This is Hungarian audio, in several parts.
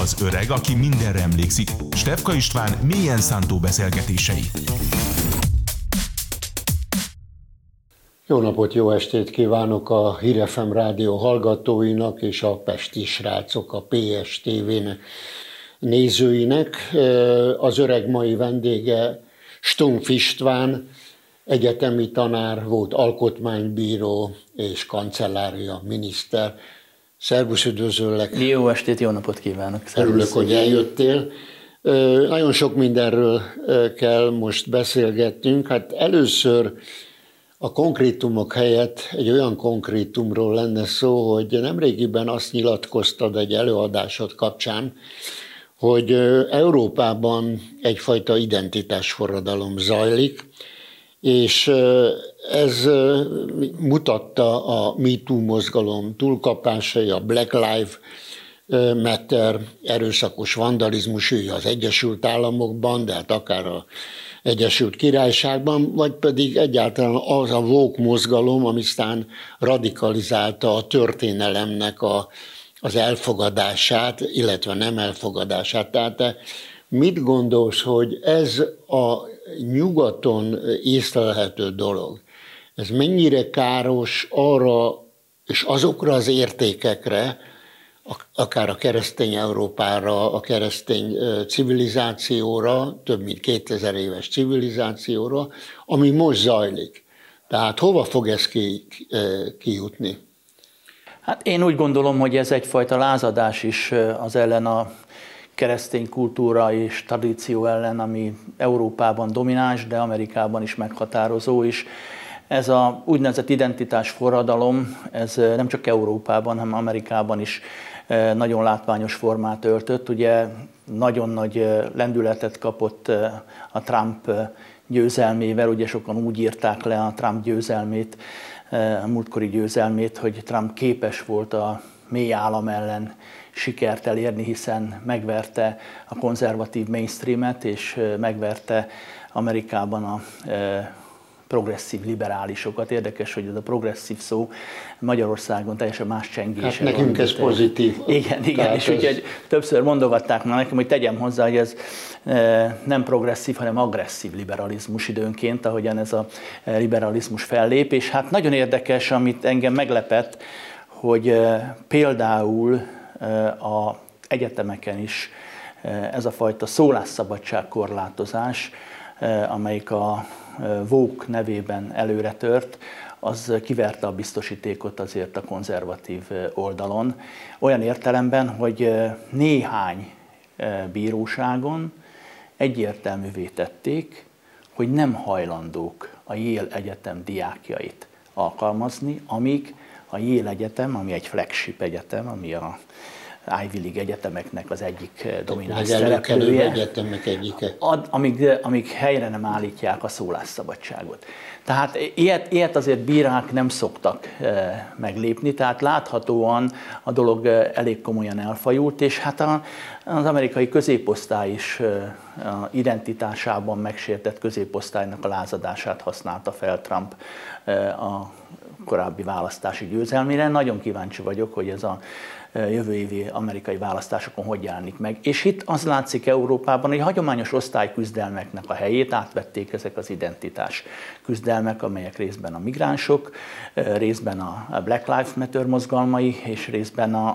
Az öreg, aki mindenre emlékszik. Stefka István mélyen szántó beszélgetései. Jó napot, jó estét kívánok a Hír FM rádió hallgatóinak és a Pesti Srácok, a PSTV-nek nézőinek. Az öreg mai vendége Stumpf István, egyetemi tanár, volt alkotmánybíró és kancellária miniszter. Szervusz, üdvözöllek! Jó estét, jó napot kívánok! Örülök, hogy eljöttél. Nagyon sok mindenről kell most beszélgetnünk. Hát először a konkrétumok helyett egy olyan konkrétumról lenne szó, hogy nemrégiben azt nyilatkoztad egy előadásod kapcsán, hogy Európában egyfajta identitásforradalom zajlik, és ez mutatta a MeToo mozgalom túlkapásai, a Black Lives Matter erőszakos vandalizmus az Egyesült Államokban, de hát akár az Egyesült Királyságban, vagy pedig egyáltalán az a woke mozgalom, ami aztán radikalizálta a történelemnek az elfogadását, illetve nem elfogadását. Tehát te mit gondolsz, hogy ez a nyugaton észlelhető dolog, ez mennyire káros arra és azokra az értékekre, akár a keresztény Európára, a keresztény civilizációra, több mint 2000 éves civilizációra, ami most zajlik. Tehát hova fog ez kijutni? Hát én úgy gondolom, hogy ez egyfajta lázadás is az ellen a keresztény kultúra és tradíció ellen, ami Európában domináns, de Amerikában is meghatározó is. Ez a úgynevezett identitásforradalom, ez nem csak Európában, hanem Amerikában is nagyon látványos formát öltött. Ugye nagyon nagy lendületet kapott a Trump győzelmével, ugye sokan úgy írták le a Trump győzelmét, a múltkori győzelmét, hogy Trump képes volt a mély állam ellen sikert elérni, hiszen megverte a konzervatív mainstreamet, és megverte Amerikában a progresszív liberálisokat. Érdekes, hogy ez a progresszív szó Magyarországon teljesen más csengése. Hát nekünk ez pozitív. Igen, és úgyhogy többször mondogatták már nekem, hogy tegyem hozzá, hogy ez nem progresszív, hanem agresszív liberalizmus időnként, ahogyan ez a liberalizmus fellép, és hát nagyon érdekes, amit engem meglepett, hogy például az egyetemeken is ez a fajta szólásszabadság korlátozás, amelyik a woke nevében előre tört, az kiverte a biztosítékot azért a konzervatív oldalon. Olyan értelemben, hogy néhány bíróságon egyértelművé tették, hogy nem hajlandók a Yale Egyetem diákjait alkalmazni, amíg a Yale Egyetem, ami egy flagship egyetem, ami a Ivy League egyetemeknek az egyik domináns szereplője, egyetemek egyike. Amíg helyre nem állítják a szólásszabadságot. Tehát ilyet azért bírák nem szoktak meglépni, tehát láthatóan a dolog elég komolyan elfajult, és hát az amerikai középosztály is identitásában megsértett középosztálynak a lázadását használta fel Trump a korábbi választási győzelmére. Nagyon kíváncsi vagyok, hogy ez a jövő évi amerikai választásokon hogy jelenik meg. És itt az látszik Európában, hogy a hagyományos osztályküzdelmeknek a helyét átvették ezek az identitás küzdelmek, amelyek részben a migránsok, részben a Black Lives Matter mozgalmai, és részben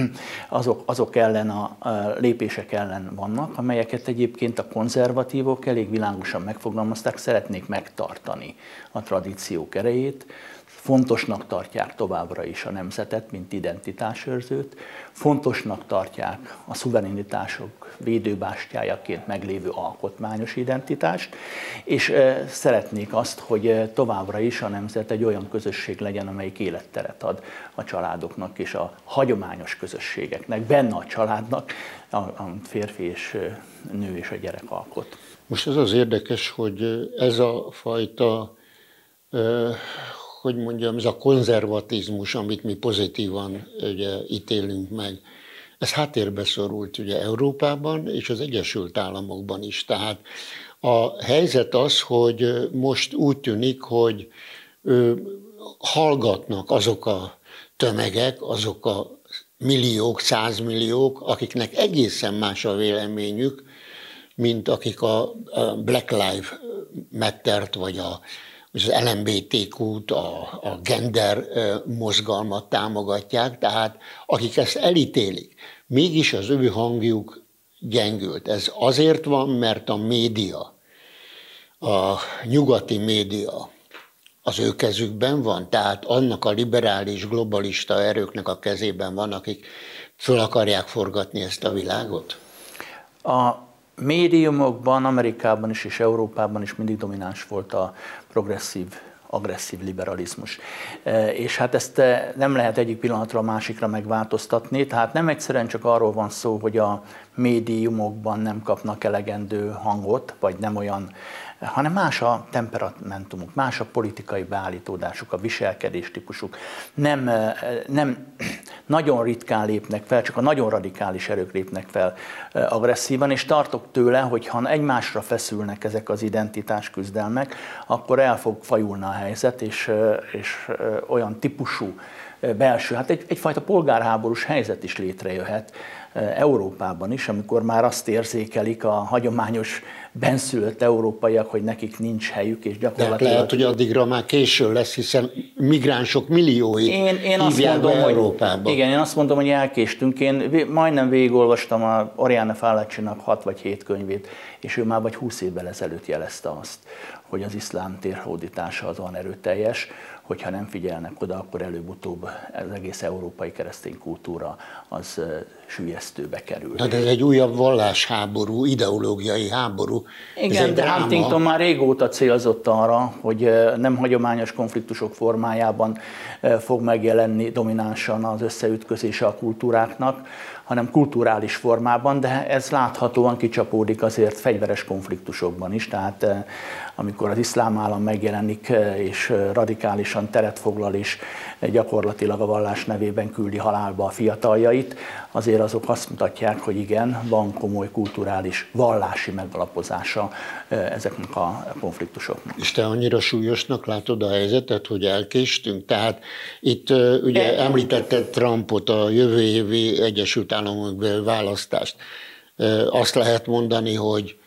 azok ellen, a lépések ellen vannak, amelyeket egyébként a konzervatívok elég világosan megfogalmazták, szeretnék megtartani a tradíciók erejét, fontosnak tartják továbbra is a nemzetet, mint identitásőrzőt, fontosnak tartják a szuverenitások védőbástyájaként meglévő alkotmányos identitást, és szeretnék azt, hogy továbbra is a nemzet egy olyan közösség legyen, amelyik életteret ad a családoknak és a hagyományos közösségeknek, benne a családnak, a férfi és nő és a gyerek alkot. Most az érdekes, hogy ez a fajta ez a konzervatizmus, amit mi pozitívan ugye, ítélünk meg, ez háttérbe szorult ugye Európában és az Egyesült Államokban is. Tehát a helyzet az, hogy most úgy tűnik, hogy hallgatnak azok a tömegek, azok a milliók, százmilliók, akiknek egészen más a véleményük, mint akik a Black Lives Mattert, vagy az LMBTQ-t, a gender mozgalmat támogatják, tehát akik ezt elítélik, mégis az ő hangjuk gyengült. Ez azért van, mert a média, a nyugati média az ő kezükben van, tehát annak a liberális, globalista erőknek a kezében van, akik föl akarják forgatni ezt a világot? A médiumokban, Amerikában is és Európában is mindig domináns volt a progresszív, agresszív liberalizmus. És hát ezt nem lehet egyik pillanatra a másikra megváltoztatni, tehát nem egyszerűen csak arról van szó, hogy a médiumokban nem kapnak elegendő hangot, vagy nem olyan, hanem más a temperamentumuk, más a politikai beállítódásuk, a viselkedés típusuk. Nem nagyon ritkán lépnek fel, csak a nagyon radikális erők lépnek fel agresszívan, és tartok tőle, hogy ha egymásra feszülnek ezek az identitásküzdelmek, akkor el fog fajulni a helyzet, és olyan típusú belső, hát egyfajta polgárháborús helyzet is létrejöhet Európában is, amikor már azt érzékelik a hagyományos benszülött európaiak, hogy nekik nincs helyük, és gyakorlatilag... De lehet, hogy addigra már késő lesz, hiszen migránsok milliói hívják be Európába. Igen, én azt mondom, hogy elkéstünk. Én majdnem végigolvastam a Oriana Fallaci-nak 6 vagy 7 könyvét, és ő már vagy 20 évvel ezelőtt jelezte azt, hogy az iszlám térhódítása az olyan erőteljes, hogyha nem figyelnek oda, akkor előbb-utóbb az egész európai keresztény kultúra az süllyesztőbe kerül. De ez egy újabb vallásháború, ideológiai háború. Igen, de Huntington már régóta célzott arra, hogy nem hagyományos konfliktusok formájában fog megjelenni dominánsan az összeütközése a kultúráknak, hanem kulturális formában, de ez láthatóan kicsapódik azért fegyveres konfliktusokban is, tehát amikor az iszlám állam megjelenik és radikálisan teret foglal és gyakorlatilag a vallás nevében küldi halálba a fiataljait, azért azok azt mutatják, hogy igen, van komoly kulturális, vallási megalapozása ezeknek a konfliktusoknak. És te annyira súlyosnak látod a helyzetet, hogy elkéstünk? Tehát itt ugye említetted Trumpot, a jövő évi Egyesült Államok választást. Azt lehet mondani,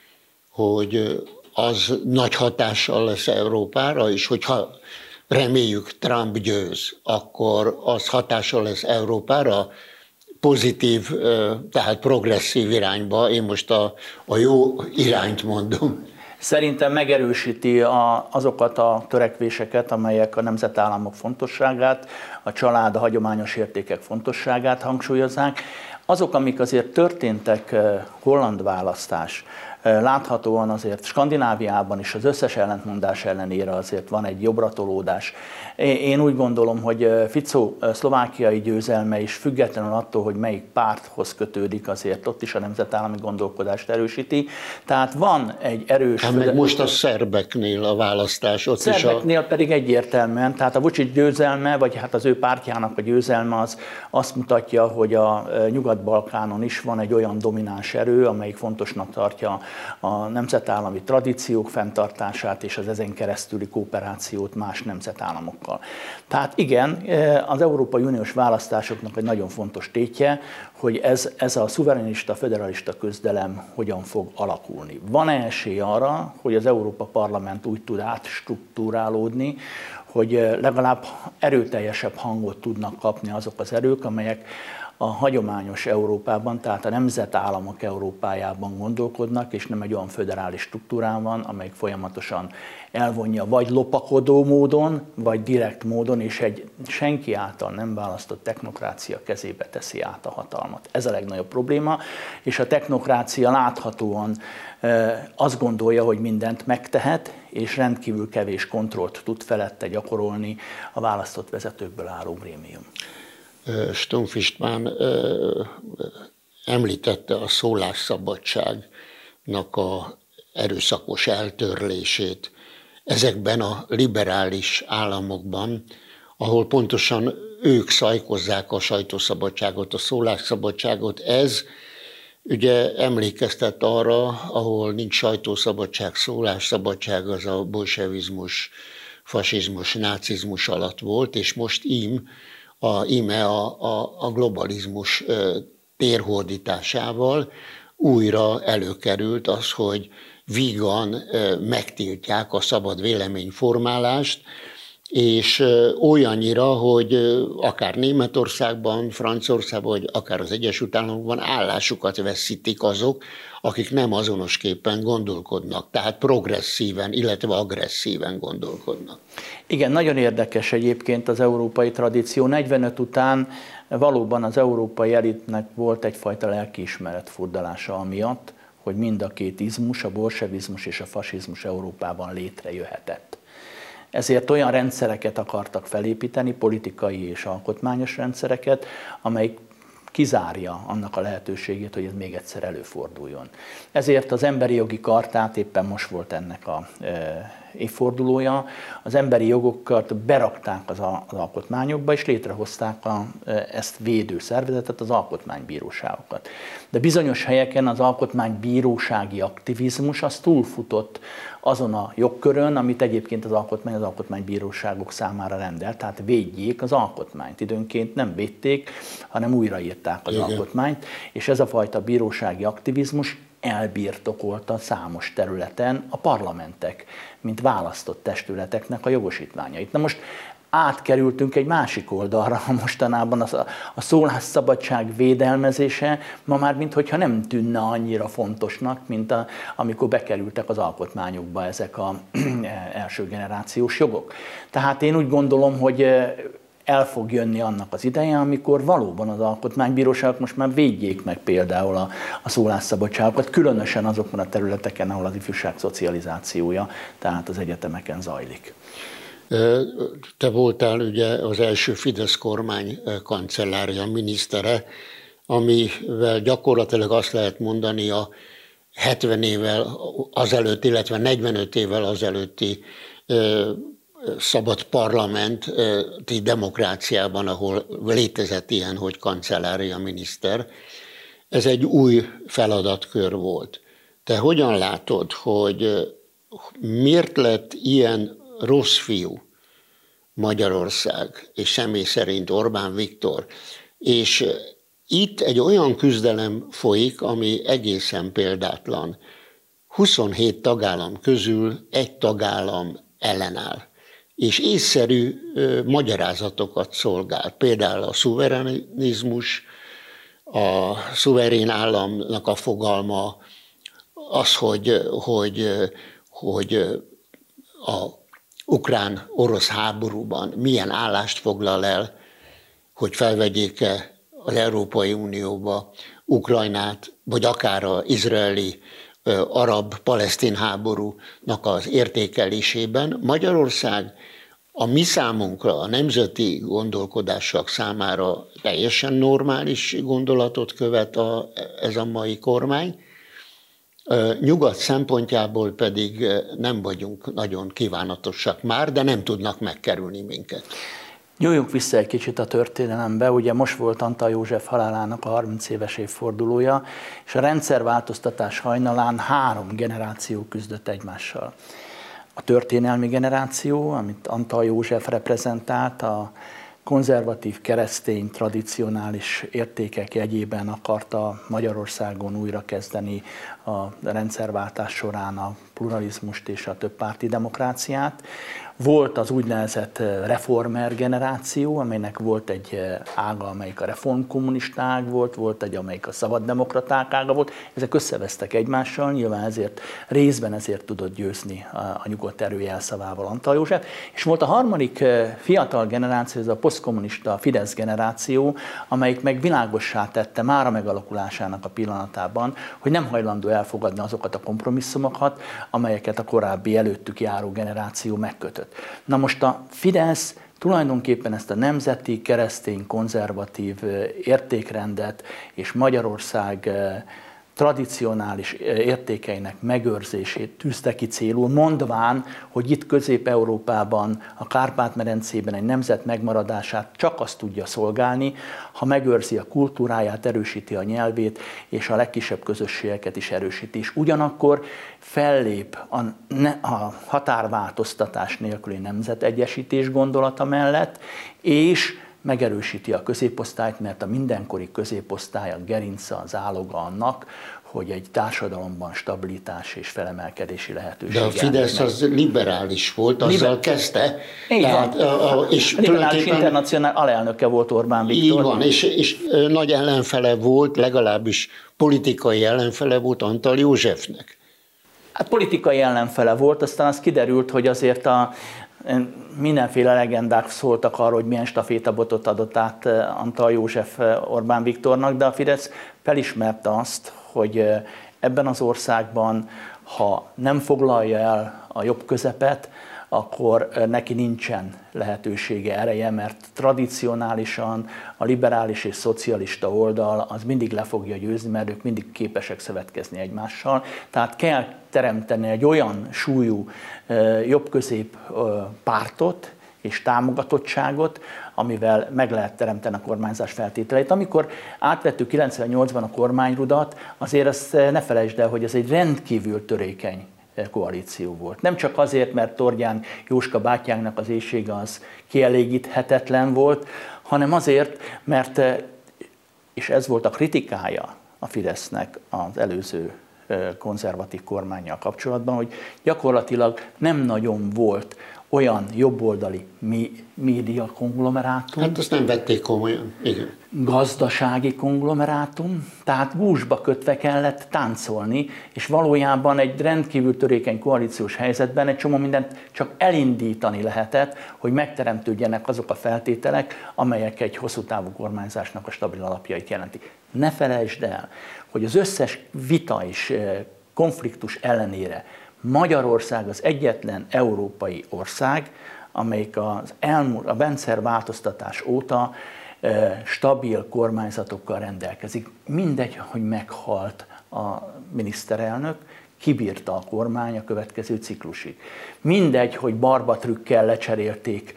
hogy az nagy hatással lesz Európára, és hogyha reméljük Trump győz, akkor az hatással lesz Európára, pozitív, tehát progresszív irányba. Én most a jó irányt mondom. Szerintem megerősíti azokat a törekvéseket, amelyek a nemzetállamok fontosságát, a család, a hagyományos értékek fontosságát hangsúlyozzák. Azok, amik azért történtek, holland választás, láthatóan azért Skandináviában is az összes ellentmondás ellenére azért van egy jobbratolódás. Én úgy gondolom, hogy Fico szlovákiai győzelme is függetlenül attól, hogy melyik párthoz kötődik, azért ott is a nemzetállami gondolkodást erősíti. Tehát van egy erős... Meg most a szerbeknél a választás. Ott szerbeknél pedig egyértelműen, tehát a Vučić győzelme, vagy hát az ő pártjának a győzelme az azt mutatja, hogy a Nyugat-Balkánon is van egy olyan domináns erő, amelyik fontosnak tartja a nemzetállami tradíciók fenntartását és az ezen keresztüli kooperációt más nemzetállamokkal. Tehát igen, az Európai Uniós választásoknak egy nagyon fontos tétje, hogy ez a szuverenista, federalista küzdelem hogyan fog alakulni. Van-e esély arra, hogy az Európa Parlament úgy tud átstruktúrálódni, hogy legalább erőteljesebb hangot tudnak kapni azok az erők, amelyek a hagyományos Európában, tehát a nemzetállamok Európájában gondolkodnak, és nem egy olyan föderális struktúrán van, amelyik folyamatosan elvonja vagy lopakodó módon, vagy direkt módon, és egy senki által nem választott technokrácia kezébe teszi át a hatalmat. Ez a legnagyobb probléma, és a technokrácia láthatóan azt gondolja, hogy mindent megtehet, és rendkívül kevés kontrollt tud felette gyakorolni a választott vezetőkből álló grémium. Stumpf István említette a szólásszabadságnak a erőszakos eltörlését ezekben a liberális államokban, ahol pontosan ők szajkozzák a sajtószabadságot, a szólásszabadságot. Ez ugye emlékeztet arra, ahol nincs sajtószabadság, szólásszabadság, az a bolsevizmus, fasizmus, nácizmus alatt volt, és most a globalizmus térhódításával újra előkerült az, hogy vígan megtiltják a szabad véleményformálást, és olyannyira, hogy akár Németországban, Franciaországban, vagy akár az Egyesült Államokban állásukat veszítik azok, akik nem azonosképpen gondolkodnak, tehát progresszíven, illetve agresszíven gondolkodnak. Igen, nagyon érdekes egyébként az európai tradíció. 45 után valóban az európai elitnek volt egyfajta lelkiismeret furdalása amiatt, hogy mind a két izmus, a bolsevizmus és a fasizmus Európában létrejöhetett. Ezért olyan rendszereket akartak felépíteni, politikai és alkotmányos rendszereket, amelyik kizárja annak a lehetőségét, hogy ez még egyszer előforduljon. Ezért az emberi jogi kartát, éppen most volt ennek az évfordulója, az emberi jogokat berakták az alkotmányokba, és létrehozták ezt védő szervezetet, az alkotmánybíróságokat. De bizonyos helyeken az alkotmánybírósági aktivizmus az túlfutott azon a jogkörön, amit egyébként az alkotmánybíróságok számára rendelt, tehát védjék az alkotmányt. Időnként nem védték, hanem újraírták az alkotmányt, és ez a fajta bírósági aktivizmus elbirtokolta számos területen a parlamentek, mint választott testületeknek a jogosítványait. Na most átkerültünk egy másik oldalra, mostanában a szólásszabadság védelmezése ma már minthogyha nem tűnne annyira fontosnak, mint amikor bekerültek az alkotmányokba ezek az első generációs jogok. Tehát én úgy gondolom, hogy el fog jönni annak az ideje, amikor valóban az alkotmánybíróságok most már védjék meg például a szólásszabadságokat, különösen azokon a területeken, ahol az ifjúság szocializációja, tehát az egyetemeken zajlik. Te voltál ugye az első Fidesz kormány kancellárja, minisztere, amivel gyakorlatilag azt lehet mondani a 70 évvel azelőtt, illetve 45 évvel azelőtti szabad parlamenti demokráciában, ahol létezett ilyen, hogy kancellária miniszter, ez egy új feladatkör volt. Te hogyan látod, hogy miért lett ilyen rossz fiú Magyarország, és személy szerint Orbán Viktor, és itt egy olyan küzdelem folyik, ami egészen példátlan. 27 tagállam közül egy tagállam ellenáll, és észszerű magyarázatokat szolgál. Például a szuverenizmus, a szuverén államnak a fogalma, az, hogy a ukrán-orosz háborúban milyen állást foglal el, hogy felvegyék-e az Európai Unióba Ukrajnát, vagy akár az izraeli arab-palesztin háborúnak az értékelésében. Magyarország a mi számunkra, a nemzeti gondolkodások számára teljesen normális gondolatot követ ez a mai kormány, nyugat szempontjából pedig nem vagyunk nagyon kívánatosak már, de nem tudnak megkerülni minket. Nyúljunk vissza egy kicsit a történelembe. Ugye most volt Antall József halálának a 30 éves évfordulója, és a rendszerváltoztatás hajnalán 3 generáció küzdött egymással. A történelmi generáció, amit Antall József reprezentált, a konzervatív, keresztény, tradicionális értékek jegyében akarta Magyarországon újrakezdeni a rendszerváltás során a pluralizmust és a többpárti demokráciát. Volt az úgynevezett reformer generáció, amelynek volt egy ága, amelyik a reformkommunista ág volt egy, amelyik a szabaddemokraták ága volt. Ezek összevesztek egymással, nyilván részben ezért tudott győzni a nyugodt erő jelszavával Antall József. És volt a harmadik fiatal generáció, ez a posztkommunista Fidesz generáció, amelyik meg világossá tette már a megalakulásának a pillanatában, hogy nem hajlandó elfogadni azokat a kompromisszumokat, amelyeket a korábbi előttük járó generáció megkötött. Na most a Fidesz tulajdonképpen ezt a nemzeti, keresztény, konzervatív értékrendet és Magyarország tradicionális értékeinek megőrzését tűzte ki célul, mondván, hogy itt Közép-Európában, a Kárpát-medencében egy nemzet megmaradását csak azt tudja szolgálni, ha megőrzi a kultúráját, erősíti a nyelvét, és a legkisebb közösségeket is erősíti. És ugyanakkor fellép a határváltoztatás nélküli nemzetegyesítés gondolata mellett, és megerősíti a középosztályt, mert a mindenkori középosztály a gerince, az áloga annak, hogy egy társadalomban stabilitás és felemelkedési lehetőség. De a Fidesz az liberális volt, azzal kezdte. És liberális internacionál alelnöke volt Orbán Viktor. Így van, és nagy ellenfele volt, legalábbis politikai ellenfele volt Antall Józsefnek. Hát politikai ellenfele volt, aztán az kiderült, hogy azért mindenféle legendák szóltak arról, hogy milyen stafétabotot adott át Antall József Orbán Viktornak, de a Fidesz felismerte azt, hogy ebben az országban, ha nem foglalja el a jobb közepet, akkor neki nincsen lehetősége, ereje, mert tradicionálisan a liberális és szocialista oldal az mindig le fogja győzni, mert ők mindig képesek szövetkezni egymással. Tehát kell teremteni egy olyan súlyú jobbközép pártot és támogatottságot, amivel meg lehet teremteni a kormányzás feltételeit. Amikor átvettük 98-ban a kormányrudat, azért azt ne felejtsd el, hogy ez egy rendkívül törékeny koalíció volt. Nem csak azért, mert Tordján Jóska bátyánknak az éhsége az kielégíthetetlen volt, hanem azért, mert, és ez volt a kritikája a Fidesznek az előző konzervatív kormánnyal kapcsolatban, hogy gyakorlatilag nem nagyon volt olyan jobboldali média konglomerátum. Hát azt nem vették komolyan, igen. Gazdasági konglomerátum, tehát gúzsba kötve kellett táncolni, és valójában egy rendkívül törékeny koalíciós helyzetben egy csomó mindent csak elindítani lehetett, hogy megteremtődjenek azok a feltételek, amelyek egy hosszú távú kormányzásnak a stabil alapjait jelentik. Ne felejtsd el, hogy az összes vita és konfliktus ellenére Magyarország az egyetlen európai ország, amelyik a rendszerváltoztatás óta stabil kormányzatokkal rendelkezik. Mindegy, hogy meghalt a miniszterelnök, kibírta a kormány a következő ciklusig. Mindegy, hogy barbatrükkel lecserélték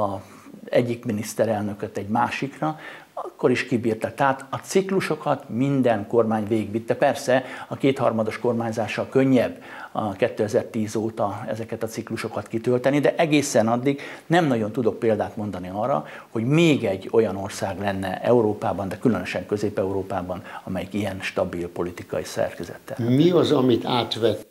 egyik miniszterelnököt egy másikra, akkor is kibírtak. Tehát a ciklusokat minden kormány végigvitte. Persze a kétharmados kormányzással könnyebb a 2010 óta ezeket a ciklusokat kitölteni, de egészen addig nem nagyon tudok példát mondani arra, hogy még egy olyan ország lenne Európában, de különösen Közép-Európában, amelyik ilyen stabil politikai szerkezettel. Mi az, amit átvett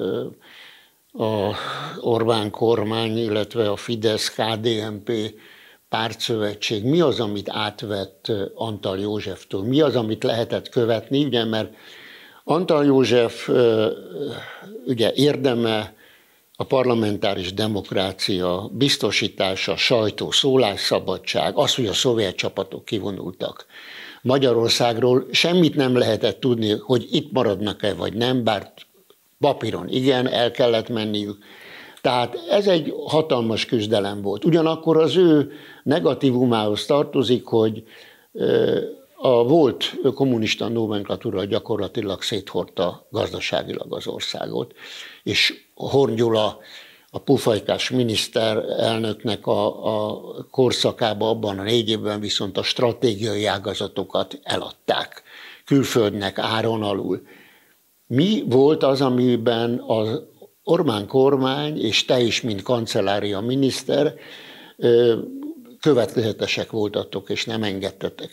a Orbán kormány, illetve a Fidesz-KDNP pártszövetség, mi az, amit átvett Antall Józseftől? Mi az, amit lehetett követni? Ugye, mert Antall József ugye érdeme a parlamentáris demokrácia biztosítása, sajtó, szólásszabadság, az, hogy a szovjet csapatok kivonultak Magyarországról, semmit nem lehetett tudni, hogy itt maradnak-e vagy nem, bár papíron igen, el kellett menniük. Tehát ez egy hatalmas küzdelem volt. Ugyanakkor az ő negatívumához tartozik, hogy a volt kommunista nomenklatúra gyakorlatilag széthordta gazdaságilag az országot, és Horn Gyula, a pufajkás miniszterelnöknek a korszakában, abban a 4 évben viszont a stratégiai ágazatokat eladták külföldnek áron alul. Mi volt az, amiben az Orbán kormány, és te is, mint kancellária miniszter, következetesek voltatok, és nem engedtetek?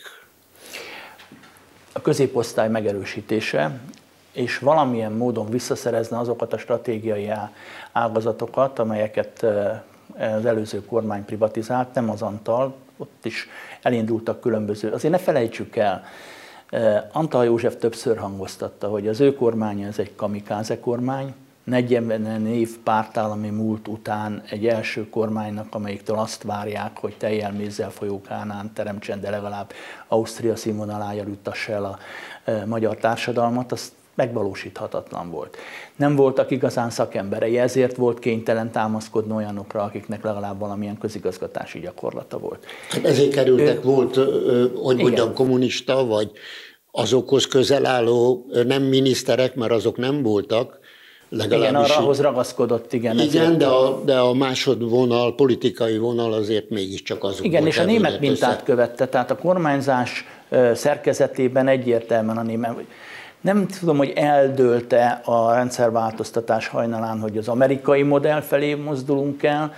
A középosztály megerősítése, és valamilyen módon visszaszerezni azokat a stratégiai ágazatokat, amelyeket az előző kormány privatizált, nem az Antall, ott is elindultak különböző. Azért ne felejtsük el, Antall József többször hangoztatta, hogy az ő kormánya ez egy kamikáze kormány, 40 év pártállami múlt után egy első kormánynak, amelyiktől azt várják, hogy tejjel mézzel folyó Kánán teremtsen, de legalább Ausztria színvonalára juttassa el a magyar társadalmat, az megvalósíthatatlan volt. Nem voltak igazán szakemberei, ezért volt kénytelen támaszkodni olyanokra, akiknek legalább valamilyen közigazgatási gyakorlata volt. Ezért kerültek, volt, hogy mondjam, kommunista, vagy azokhoz közel álló nem miniszterek, mert azok nem voltak, igen, ahhoz ragaszkodott, igen. Igen, de a másodvonal, politikai vonal azért mégiscsak azok. Igen, és a német mintát követte, tehát a kormányzás szerkezetében egyértelműen a német. Nem tudom, hogy eldőlte a rendszerváltoztatás hajnalán, hogy az amerikai modell felé mozdulunk el,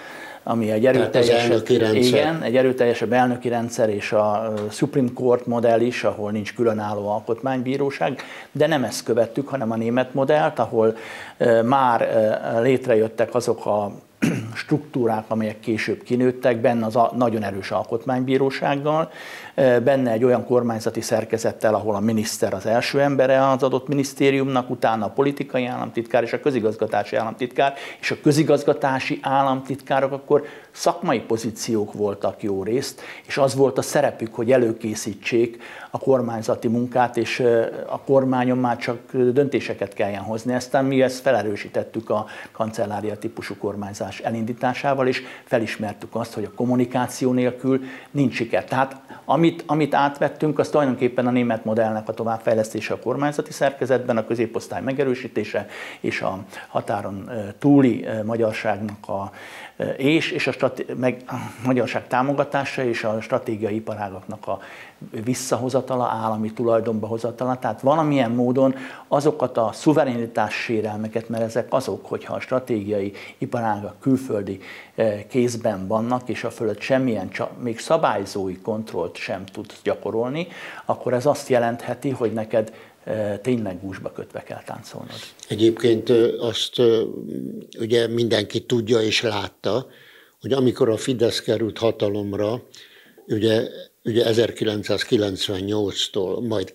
ami egy erőteljesebb, egy erőteljesebb elnöki rendszer, és a Supreme Court modell is, ahol nincs különálló alkotmánybíróság, de nem ezt követtük, hanem a német modellt, ahol már létrejöttek azok a struktúrák, amelyek később kinőttek, benne az a nagyon erős alkotmánybírósággal, benne egy olyan kormányzati szerkezettel, ahol a miniszter az első embere az adott minisztériumnak, utána a politikai államtitkár és a közigazgatási államtitkár, és a közigazgatási államtitkárok akkor szakmai pozíciók voltak jó részt, és az volt a szerepük, hogy előkészítsék a kormányzati munkát, és a kormányon már csak döntéseket kelljen hozni. Aztán mi ezt felerősítettük a kancellária típusú kormányzás elindításával, és felismertük azt, hogy a kommunikáció nélkül nincs siker. Tehát amit átvettünk, az tulajdonképpen a német modellnek a továbbfejlesztése a kormányzati szerkezetben, a középosztály megerősítése és a határon túli magyarságnak és a magyarság támogatása és a stratégiai iparágaknak a visszahozatala, állami tulajdonba hozatala. Tehát valamilyen módon azokat a szuverenitás sérelmeket, mert ezek azok, hogyha a stratégiai iparágak külföldi kézben vannak, és a fölött semmilyen, még szabályzói kontrollt sem tudsz gyakorolni, akkor ez azt jelentheti, hogy neked tényleg gúzsba kötve kell táncolnod. Egyébként azt ugye mindenki tudja és látta, hogy amikor a Fidesz került hatalomra, ugye 1998-tól, majd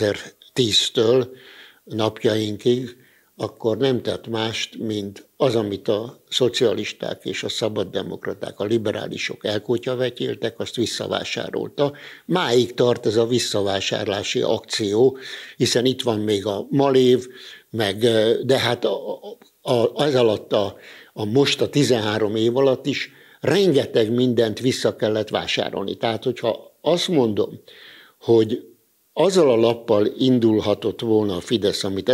2010-től napjainkig, akkor nem tett mást, mint az, amit a szocialisták és a szabaddemokraták, a liberálisok elkotyavetyéltek, azt visszavásárolta. Máig tart ez a visszavásárlási akció, hiszen itt van még a Malév, de hát ez alatt most a 13 év alatt is rengeteg mindent vissza kellett vásárolni. Tehát, hogyha azt mondom, hogy azzal a lappal indulhatott volna a Fidesz, amit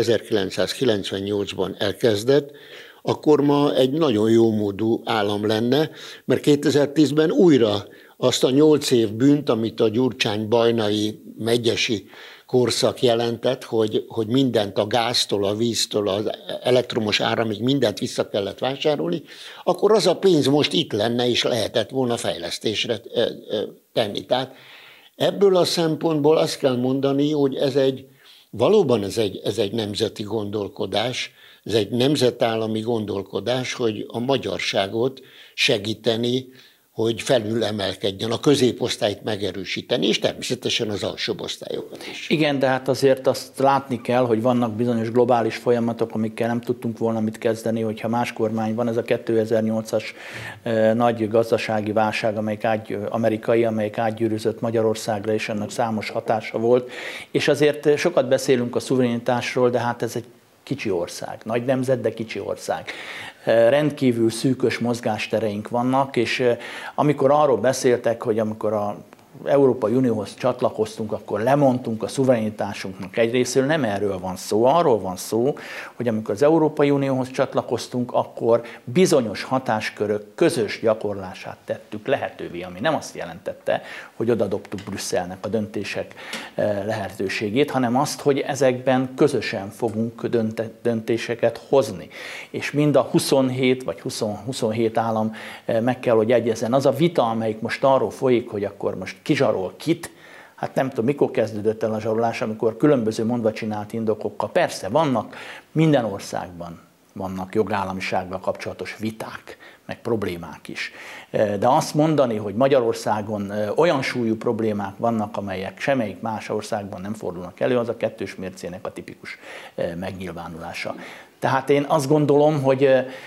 1998-ban elkezdett, akkor ma egy nagyon jómódú állam lenne, mert 2010-ben újra azt a 8 év bűnt, amit a Gyurcsány-Bajnai megyesi korszak jelentett, hogy mindent a gáztól, a víztől, az elektromos áramig mindent vissza kellett vásárolni, akkor az a pénz most itt lenne, és lehetett volna fejlesztésre tenni. Tehát ebből a szempontból azt kell mondani, hogy valóban ez egy nemzeti gondolkodás, ez egy nemzetállami gondolkodás, hogy a magyarságot segíteni, hogy felülemelkedjen, a középosztályt megerősíteni, és természetesen az alsóbb osztályokat is. Igen, de hát azért azt látni kell, hogy vannak bizonyos globális folyamatok, amikkel nem tudtunk volna mit kezdeni, hogyha más kormány van. Ez a 2008-as nagy gazdasági válság, amerikai, amelyik átgyűrűzött Magyarországra, és ennek számos hatása volt. És azért sokat beszélünk a szuverenitásról, de hát ez egy kicsi ország, nagy nemzet, de kicsi ország. Rendkívül szűkös mozgástereink vannak, és amikor arról beszéltek, hogy amikor az Európai Unióhoz csatlakoztunk, akkor lemondtunk a szuverenitásunknak egy részéről, nem erről van szó. Arról van szó, hogy amikor az Európai Unióhoz csatlakoztunk, akkor bizonyos hatáskörök közös gyakorlását tettük lehetővé, ami nem azt jelentette, hogy odadobtuk Brüsszelnek a döntések lehetőségét, hanem azt, hogy ezekben közösen fogunk döntéseket hozni. És mind a 27 vagy 27 állam meg kell, hogy egyezzen. Az a vita, amelyik most arról folyik, hogy akkor most ki zsarol kit, hát nem tudom, mikor kezdődött el a zsarolás, amikor különböző mondva csinált indokokkal. Persze, minden országban vannak jogállamisággal kapcsolatos viták, meg problémák is. De azt mondani, hogy Magyarországon olyan súlyú problémák vannak, amelyek semmelyik más országban nem fordulnak elő, az a kettős mércének a tipikus megnyilvánulása. Tehát én azt gondolom, hogy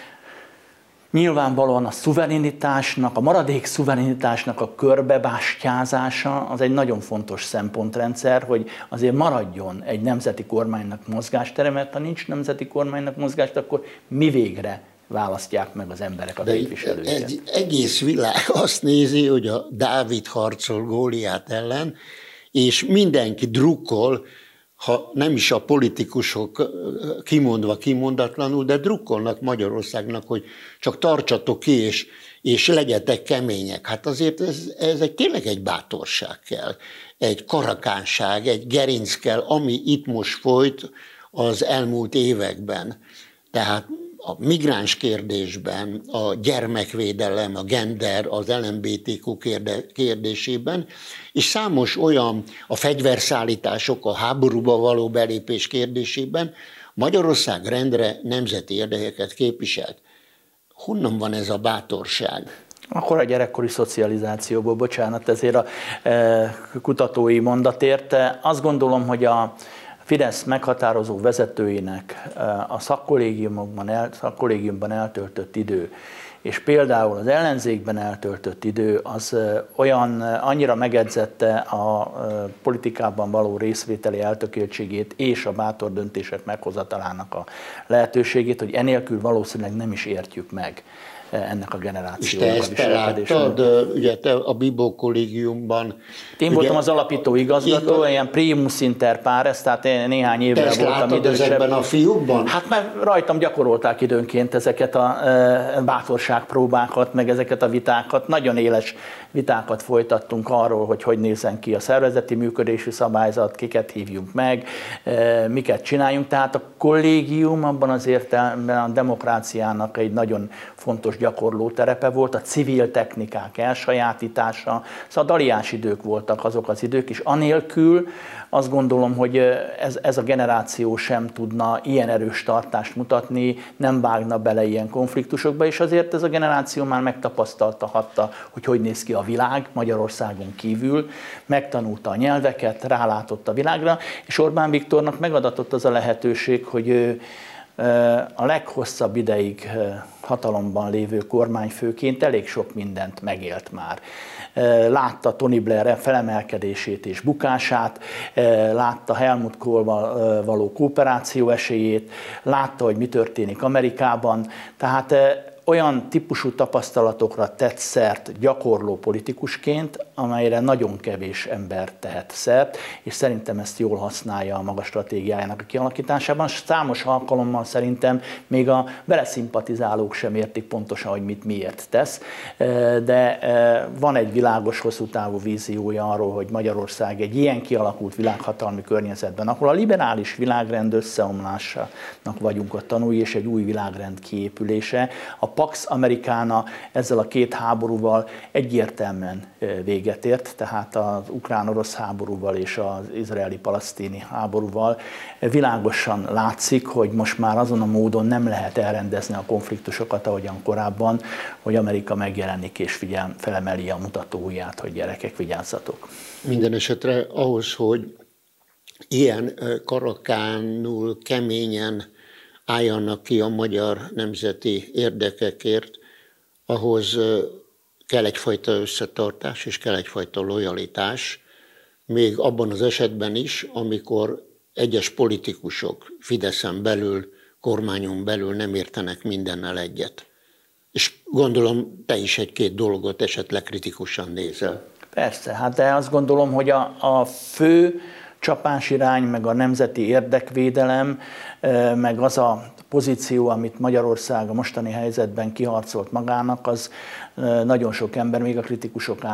nyilvánvalóan a szuverenitásnak, a maradék szuverenitásnak a körbebástyázása az egy nagyon fontos szempontrendszer, hogy azért maradjon egy nemzeti kormánynak mozgástere, mert ha nincs nemzeti kormánynak mozgástere, akkor mi végre választják meg az emberek a képviselőket. Egy egész világ azt nézi, hogy a Dávid harcol Góliát ellen, és mindenki drukkol, ha nem is a politikusok kimondatlanul, de drukkolnak Magyarországnak, hogy csak tartsatok ki, és legyetek kemények. Hát azért ez tényleg egy bátorság kell, egy karakánság, egy gerinc kell, ami itt most folyt az elmúlt években. Tehát a migráns kérdésben, a gyermekvédelem, a gender, az LMBTQ kérdésében, és számos olyan a fegyverszállítások, a háborúba való belépés kérdésében Magyarország rendre nemzeti érdekeket képviselt. Honnan van ez a bátorság? Akkor a gyerekkori szocializációból, bocsánat ezért a kutatói mondatért. Azt gondolom, hogy a Fidesz meghatározó vezetőinek a szakkollégiumban eltöltött idő, és például az ellenzékben eltöltött idő, az annyira megedzette a politikában való részvételi eltökéltségét és a bátor döntések meghozatalának a lehetőségét, hogy enélkül valószínűleg nem is értjük meg ennek a generációnak a viselkedését. Te ezt ugye te a Bibó kollégiumban. Én voltam az alapító igazgató, ilyen primus inter pares, tehát néhány évvel voltam idősebb. Ezekben a fiúkban? Hát mert rajtam gyakorolták időnként ezeket a bátorságpróbákat, meg ezeket a vitákat. Nagyon éles vitákat folytattunk arról, hogy nézzen ki a szervezeti működési szabályzat, kiket hívjunk meg, miket csináljunk. Tehát a kollégium abban az értelemben a demokráciának egy nagyon fontos gyakorló terepe volt, a civil technikák elsajátítása, szóval daliás idők voltak azok az idők, és anélkül azt gondolom, hogy ez a generáció sem tudna ilyen erős tartást mutatni, nem vágna bele ilyen konfliktusokba, és azért ez a generáció már megtapasztaltatta, hogy néz ki a világ Magyarországon kívül, megtanulta a nyelveket, rálátott a világra, és Orbán Viktornak megadatott az a lehetőség, hogy ő a leghosszabb ideig hatalomban lévő kormányfőként elég sok mindent megélt már. Látta Tony Blair felemelkedését és bukását, látta Helmut Kohl-val való kooperáció esélyét, látta, hogy mi történik Amerikában, tehát olyan típusú tapasztalatokra tett szert gyakorló politikusként, amelyre nagyon kevés ember tehet szert, és szerintem ezt jól használja a maga stratégiájának a kialakításában. Számos alkalommal szerintem még a vele szimpatizálók sem értik pontosan, hogy mit miért tesz, de van egy világos, hosszú távú víziója arról, hogy Magyarország egy ilyen kialakult világhatalmi környezetben, ahol a liberális világrend összeomlásának vagyunk a tanúi, és egy új világrend kiépülése, a Pax Americana ezzel a két háborúval egyértelműen véget ért, tehát az ukrán-orosz háborúval és az izraeli-palasztini háborúval világosan látszik, hogy most már azon a módon nem lehet elrendezni a konfliktusokat, ahogyan korábban, hogy Amerika megjelenik és felemeli a mutatóujját, hogy gyerekek, vigyázzatok. Minden esetre ahhoz, hogy ilyen karakánul, keményen álljanak ki a magyar nemzeti érdekekért, ahhoz kell egyfajta összetartás és kell egyfajta lojalitás, még abban az esetben is, amikor egyes politikusok Fideszen belül, kormányon belül nem értenek mindennel egyet. És gondolom, te is egy-két dolgot esetleg kritikusan nézel. Persze, hát de azt gondolom, hogy a fő csapásirány, meg a nemzeti érdekvédelem, meg az a pozíció, amit Magyarország a mostani helyzetben kiharcolt magának, az nagyon sok ember, még a kritikusok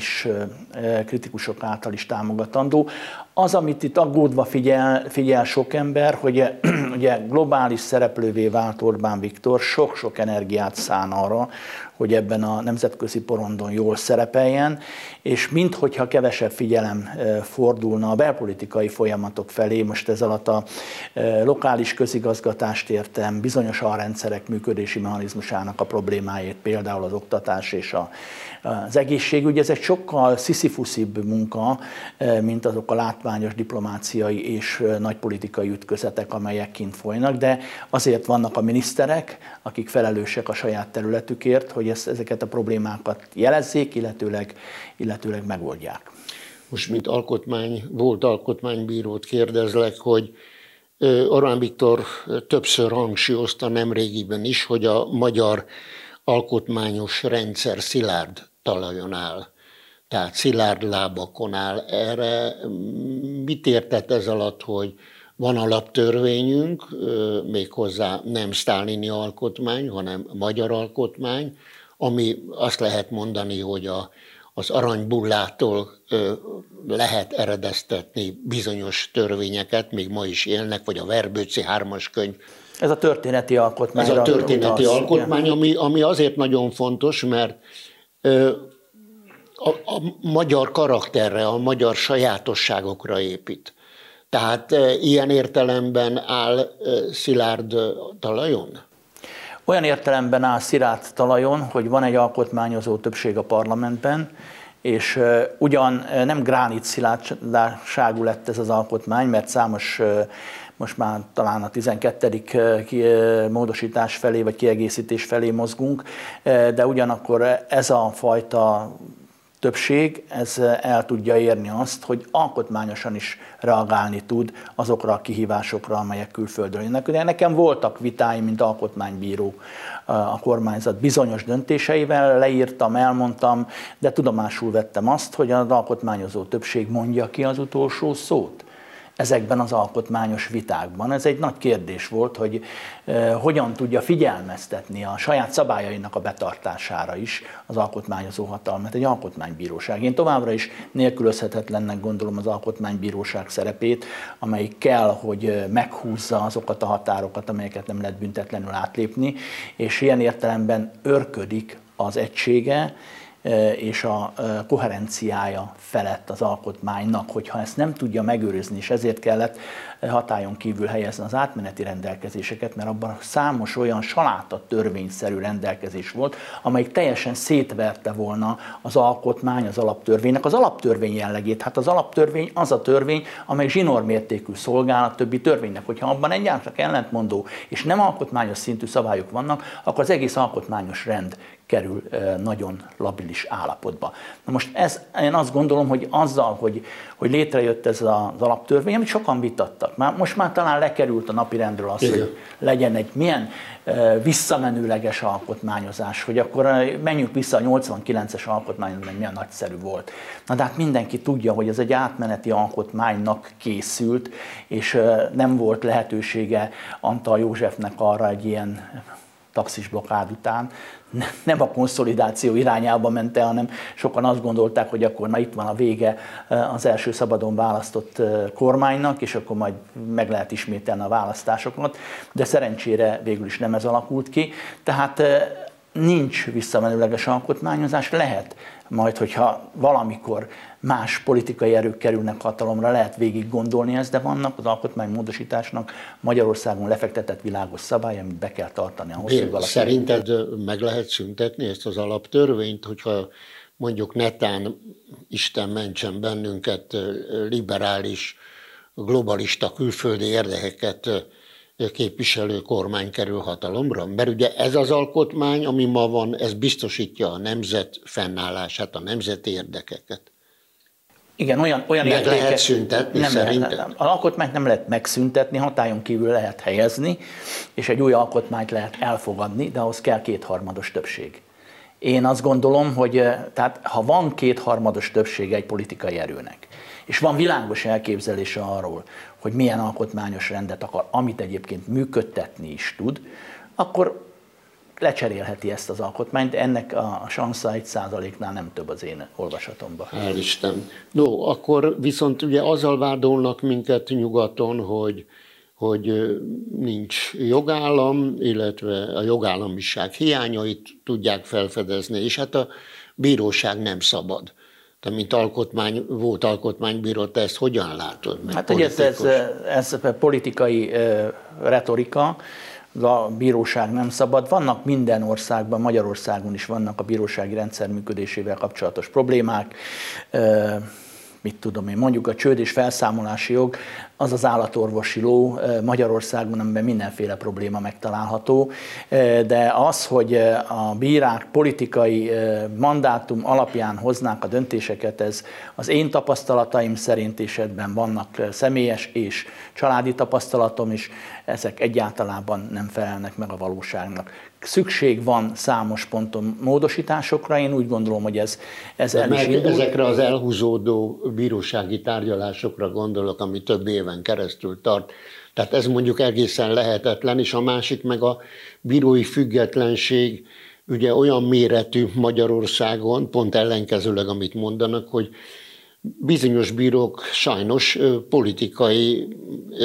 által is támogatandó. Az, amit itt aggódva figyel sok ember, hogy ugye globális szereplővé vált Orbán Viktor, sok-sok energiát szán arra, hogy ebben a nemzetközi porondon jól szerepeljen, és minthogyha kevesebb figyelem fordulna a belpolitikai folyamatok felé, most ez alatt a lokális közigazgatást értem, bizonyos alrendszerek működési mechanizmusának a problémáit, például az oktatás és az egészségügy, ez egy sokkal sziszifuszibb munka, mint azok a látványos diplomáciai és nagypolitikai ütközetek, amelyek kint folynak, de azért vannak a miniszterek, akik felelősek a saját területükért, hogy ezeket a problémákat jelezzék, illetőleg megoldják. Most, mint volt alkotmánybírót kérdezlek, hogy Orbán Viktor többször hangsúlyozta nemrégiben is, hogy a magyar alkotmányos rendszer szilárd talajon áll, tehát szilárd lábakon áll. Erre mit értett ez alatt, hogy van alaptörvényünk, méghozzá nem sztálini alkotmány, hanem magyar alkotmány, ami azt lehet mondani, hogy az aranybullától lehet eredeztetni bizonyos törvényeket, még ma is élnek, vagy a Verbőci 3-as könyv. Ez a történeti alkotmány. Ez a történeti alkotmány, ami azért nagyon fontos, mert a magyar karakterre, a magyar sajátosságokra épít. Tehát ilyen értelemben áll szilárd talajon? Olyan értelemben áll szilárd talajon, hogy van egy alkotmányozó többség a parlamentben, és ugyan nem gránit szilárdságú lett ez az alkotmány, mert számos, most már talán a 12. módosítás felé, vagy kiegészítés felé mozgunk, de ugyanakkor ez a fajta többség, ez el tudja érni azt, hogy alkotmányosan is reagálni tud azokra a kihívásokra, amelyek külföldről jönnek. Ugye nekem voltak vitáim, mint alkotmánybíró a kormányzat bizonyos döntéseivel, leírtam, elmondtam, de tudomásul vettem azt, hogy az alkotmányozó többség mondja ki az utolsó szót ezekben az alkotmányos vitákban. Ez egy nagy kérdés volt, hogy hogyan tudja figyelmeztetni a saját szabályainak a betartására is az alkotmányozó hatalmat egy alkotmánybíróság. Én továbbra is nélkülözhetetlennek gondolom az alkotmánybíróság szerepét, amelyik kell, hogy meghúzza azokat a határokat, amelyeket nem lehet büntetlenül átlépni, és ilyen értelemben örködik az egysége és a koherenciája felett az alkotmánynak, hogyha ezt nem tudja megőrizni, és ezért kellett hatályon kívül helyezni az átmeneti rendelkezéseket, mert abban számos olyan saláta törvényszerű rendelkezés volt, amelyik teljesen szétverte volna az alkotmány, az alaptörvénynek az alaptörvény jellegét. Hát az alaptörvény az a törvény, amely zsinórmértékű szolgál a többi törvénynek. Hogyha abban egyáltalán ellentmondó és nem alkotmányos szintű szabályok vannak, akkor az egész alkotmányos rend kerül nagyon labilis állapotba. Na most én azt gondolom, hogy azzal, hogy létrejött ez az alaptörvény, amit sokan vitattak, most már talán lekerült a napirendről az, hogy legyen egy milyen visszamenőleges alkotmányozás, hogy akkor menjünk vissza a 89-es alkotmányhoz, mert milyen nagyszerű volt. Na de hát mindenki tudja, hogy ez egy átmeneti alkotmánynak készült, és nem volt lehetősége Antall Józsefnek arra egy ilyen taxis blokkád után, nem a konszolidáció irányába ment el, hanem sokan azt gondolták, hogy akkor na itt van a vége az első szabadon választott kormánynak, és akkor majd meg lehet ismételni a választásokat, de szerencsére végül is nem ez alakult ki. Tehát nincs visszamenőleges alkotmányozás, lehet majd, hogyha valamikor más politikai erők kerülnek hatalomra, lehet végig gondolni ezt, de vannak az alkotmánymódosításnak Magyarországon lefektetett világos szabály, amit be kell tartani ahhoz, hogy valaki... Szerinted meg lehet szüntetni ezt az alaptörvényt, hogyha mondjuk netán Isten mentsen bennünket liberális, globalista, külföldi érdekeket képviselő kormány kerül hatalomra? Mert ugye ez az alkotmány, ami ma van, ez biztosítja a nemzet fennállását, a nemzeti érdekeket. Igen, olyan meg lehet szüntetni szerinted? Az alkotmányt nem lehet megszüntetni, hatályon kívül lehet helyezni, és egy új alkotmányt lehet elfogadni, de ahhoz kell kétharmados többség. Én azt gondolom, hogy tehát, ha van kétharmados többsége egy politikai erőnek, és van világos elképzelése arról, hogy milyen alkotmányos rendet akar, amit egyébként működtetni is tud, akkor lecserélheti ezt az alkotmányt, de ennek a sansza 1%-nál nem több az én olvasatomban. Hál' Isten. No, akkor viszont ugye azzal vádolnak minket nyugaton, hogy nincs jogállam, illetve a jogállamiság hiányait tudják felfedezni, és hát a bíróság nem szabad. Te, mint volt alkotmánybíró, te ezt hogyan látod? Hát ugye ez politikai retorika, a bíróság nem szabad. Vannak minden országban, Magyarországon is vannak a bírósági rendszer működésével kapcsolatos problémák, mit tudom én, mondjuk a csőd és felszámolási jog, az az állatorvosi ló Magyarországon, amiben mindenféle probléma megtalálható, de az, hogy a bírák politikai mandátum alapján hoznák a döntéseket, ez az én tapasztalataim szerint is ebben vannak személyes és családi tapasztalatom is, ezek egyáltalán nem felelnek meg a valóságnak. Szükség van számos ponton módosításokra, én úgy gondolom, hogy ez el is indul. Ezekre az elhúzódó bírósági tárgyalásokra gondolok, ami több éven keresztül tart. Tehát ez mondjuk egészen lehetetlen, és a másik meg a bírói függetlenség ugye olyan méretű Magyarországon, pont ellenkezőleg, amit mondanak, hogy bizonyos bírók sajnos politikai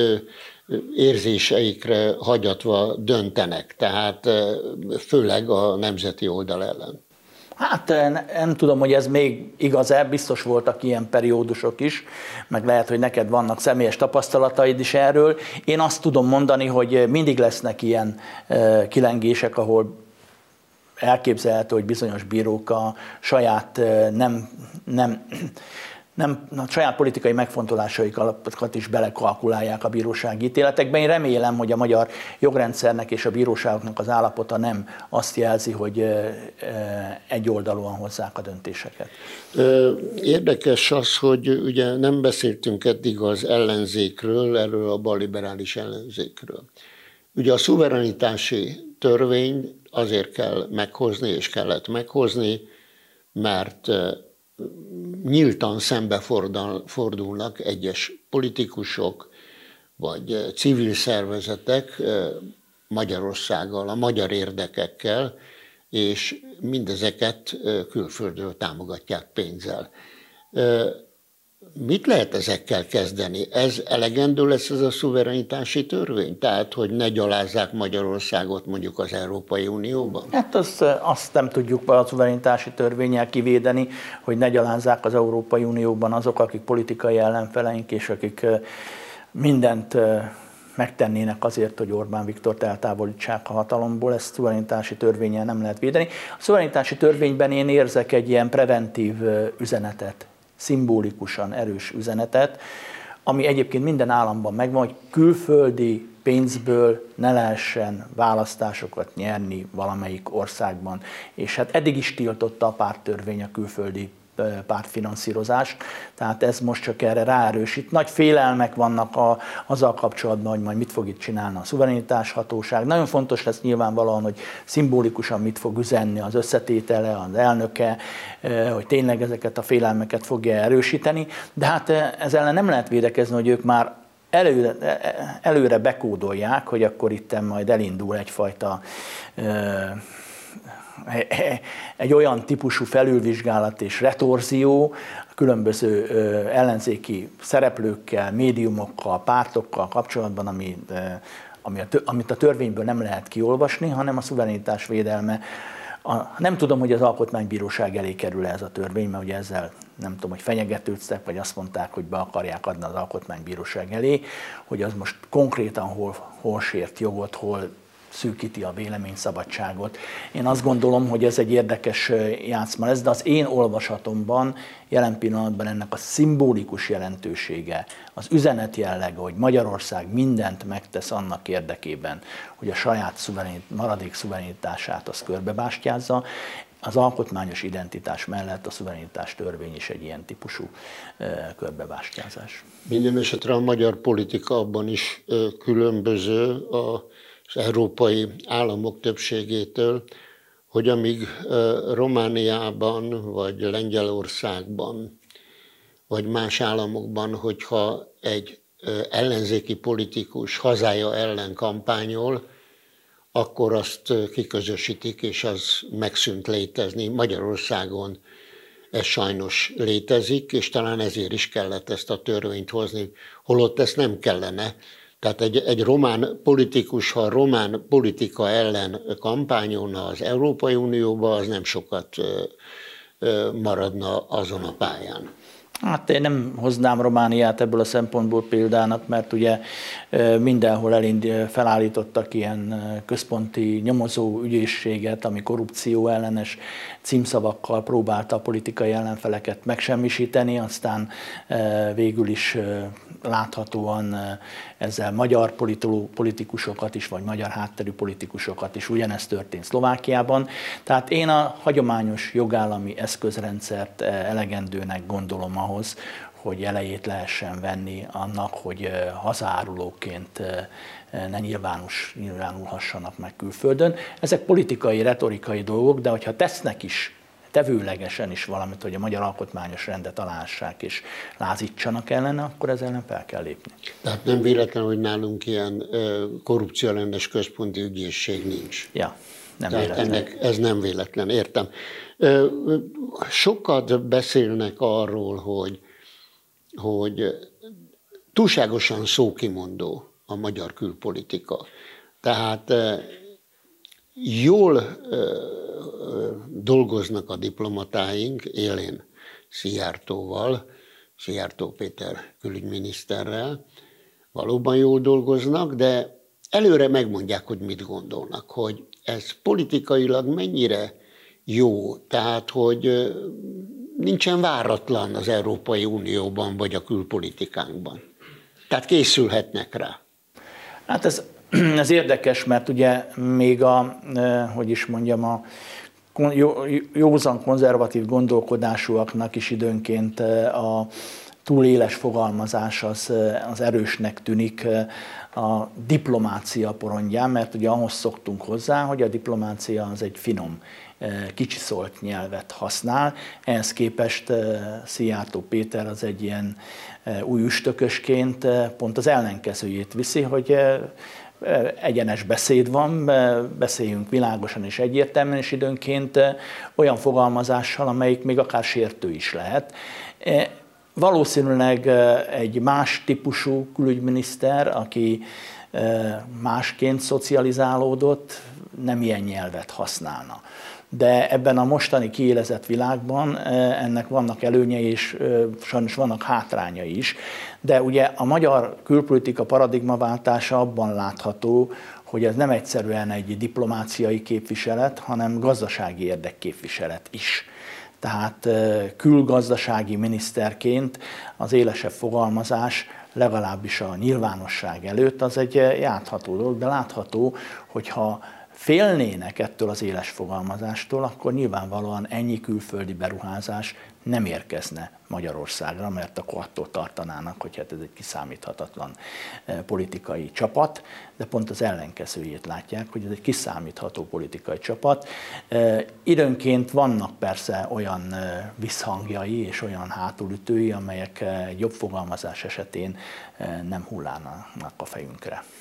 érzéseikre hagyatva döntenek, tehát főleg a nemzeti oldal ellen. Hát nem tudom, hogy ez még igaz-e, biztos voltak ilyen periódusok is, meg lehet, hogy neked vannak személyes tapasztalataid is erről. Én azt tudom mondani, hogy mindig lesznek ilyen kilengések, ahol elképzelhető, hogy bizonyos bírók a saját a saját politikai megfontolásaikat is belekalkulálják a bírósági ítéletekbe. Én remélem, hogy a magyar jogrendszernek és a bíróságoknak az állapota nem azt jelzi, hogy egyoldalúan hozzák a döntéseket. Érdekes az, hogy ugye nem beszéltünk eddig az ellenzékről, erről a balliberális ellenzékről. Ugye a szuverenitási törvény azért kell meghozni, és kellett meghozni, mert nyíltan szembefordulnak egyes politikusok vagy civil szervezetek Magyarországgal, a magyar érdekekkel, és mindezeket külföldről támogatják pénzzel. Mit lehet ezekkel kezdeni? Ez elegendő lesz ez a szuverenitási törvény? Tehát, hogy ne gyalázzák Magyarországot mondjuk az Európai Unióban? Hát azt nem tudjuk a szuverenitási törvénnyel kivédeni, hogy ne gyalázzák az Európai Unióban azok, akik politikai ellenfeleink, és akik mindent megtennének azért, hogy Orbán Viktort eltávolítsák a hatalomból, ezt szuverenitási törvénnyel nem lehet védeni. A szuverenitási törvényben én érzek egy ilyen preventív üzenetet, szimbolikusan erős üzenetet, ami egyébként minden államban megvan, hogy külföldi pénzből ne lehessen választásokat nyerni valamelyik országban. És hát eddig is tiltotta a párttörvény a külföldi pártfinanszírozást, tehát ez most csak erre ráerősít. Nagy félelmek vannak azzal kapcsolatban, hogy majd mit fog itt csinálni a szuverenitáshatóság. Nagyon fontos lesz nyilvánvalóan, hogy szimbolikusan mit fog üzenni az összetétele, az elnöke, hogy tényleg ezeket a félelmeket fogja erősíteni, de hát ez ellen nem lehet védekezni, hogy ők már előre bekódolják, hogy akkor itt majd elindul egyfajta egy olyan típusú felülvizsgálat és retorzió különböző ellenzéki szereplőkkel, médiumokkal, pártokkal kapcsolatban, amit a törvényből nem lehet kiolvasni, hanem a szuverenitás védelme. Nem tudom, hogy az Alkotmánybíróság elé kerül ez a törvény, mert ugye ezzel nem tudom, hogy fenyegetőztek, vagy azt mondták, hogy be akarják adni az Alkotmánybíróság elé, hogy az most konkrétan hol sért jogot, hol szűkíti a véleményszabadságot. Én azt gondolom, hogy ez egy érdekes játszma lesz, de az én olvasatomban jelen pillanatban ennek a szimbolikus jelentősége, az üzenet jellege, hogy Magyarország mindent megtesz annak érdekében, hogy a saját maradék szuverenitását az körbebástyázza, az alkotmányos identitás mellett a szuverenitás törvény is egy ilyen típusú körbebástyázás. Minden esetre a magyar politika abban is különböző az európai államok többségétől, hogy amíg Romániában, vagy Lengyelországban, vagy más államokban, hogyha egy ellenzéki politikus hazája ellen kampányol, akkor azt kiközösítik, és az megszűnt létezni. Magyarországon ez sajnos létezik, és talán ezért is kellett ezt a törvényt hozni, holott ezt nem kellene. Tehát egy román politikus, ha a román politika ellen kampányolna az Európai Unióba, az nem sokat maradna azon a pályán. Hát én nem hoznám Romániát ebből a szempontból példának, mert ugye mindenhol felállítottak ilyen központi nyomozó ügyészséget, ami korrupció ellenes címszavakkal próbálta a politikai ellenfeleket megsemmisíteni, aztán végül is láthatóan ezzel magyar politikusokat is, vagy magyar hátterű politikusokat is ugyanezt történt Szlovákiában. Tehát én a hagyományos jogállami eszközrendszert elegendőnek gondolom ahhoz, hogy elejét lehessen venni annak, hogy hazárulóként ne nyilvánulhassanak meg külföldön. Ezek politikai, retorikai dolgok, de hogyha tesznek is, tevőlegesen is valamit, hogy a magyar alkotmányos rendet aláássák és lázítsanak ellene, akkor ez ellen fel kell lépni. Tehát nem véletlen, hogy nálunk ilyen korrupcióellenes központi ügyészség nincs. Ja, Nem Tehát véletlen. ez nem véletlen, értem. Sokat beszélnek arról, hogy túlságosan szókimondó a magyar külpolitika. Tehát jól dolgoznak a diplomatáink, élén Szijjártó Péter külügyminiszterrel, valóban jól dolgoznak, de előre megmondják, hogy mit gondolnak, hogy ez politikailag mennyire jó, tehát hogy nincsen váratlan az Európai Unióban vagy a külpolitikánkban. Tehát készülhetnek rá. Hát ez érdekes, mert ugye még a józan konzervatív gondolkodásúaknak is időnként a túl éles fogalmazás az erősnek tűnik a diplomácia porondján, mert ugye ahhoz szoktunk hozzá, hogy a diplomácia az egy finom, kicsiszolt nyelvet használ. Ehhez képest Szijjártó Péter az egy ilyen új üstökösként pont az ellenkezőjét viszi, hogy egyenes beszéd van, beszéljünk világosan és egyértelműen, és időnként olyan fogalmazással, amelyik még akár sértő is lehet. Valószínűleg egy más típusú külügyminiszter, aki másként szocializálódott, nem ilyen nyelvet használna. De ebben a mostani kiélezett világban ennek vannak előnyei és sajnos vannak hátrányai is. De ugye a magyar külpolitika paradigmaváltása abban látható, hogy ez nem egyszerűen egy diplomáciai képviselet, hanem gazdasági érdekképviselet is. Tehát külgazdasági miniszterként az élesebb fogalmazás legalábbis a nyilvánosság előtt az egy játható dolog, de látható, hogyha félnének ettől az éles fogalmazástól, akkor nyilvánvalóan ennyi külföldi beruházás nem érkezne Magyarországra, mert akkor attól tartanának, hogy hát ez egy kiszámíthatatlan politikai csapat, de pont az ellenkezőjét látják, hogy ez egy kiszámítható politikai csapat. Időnként vannak persze olyan visszhangjai és olyan hátulütői, amelyek jobb fogalmazás esetén nem hullának a fejünkre.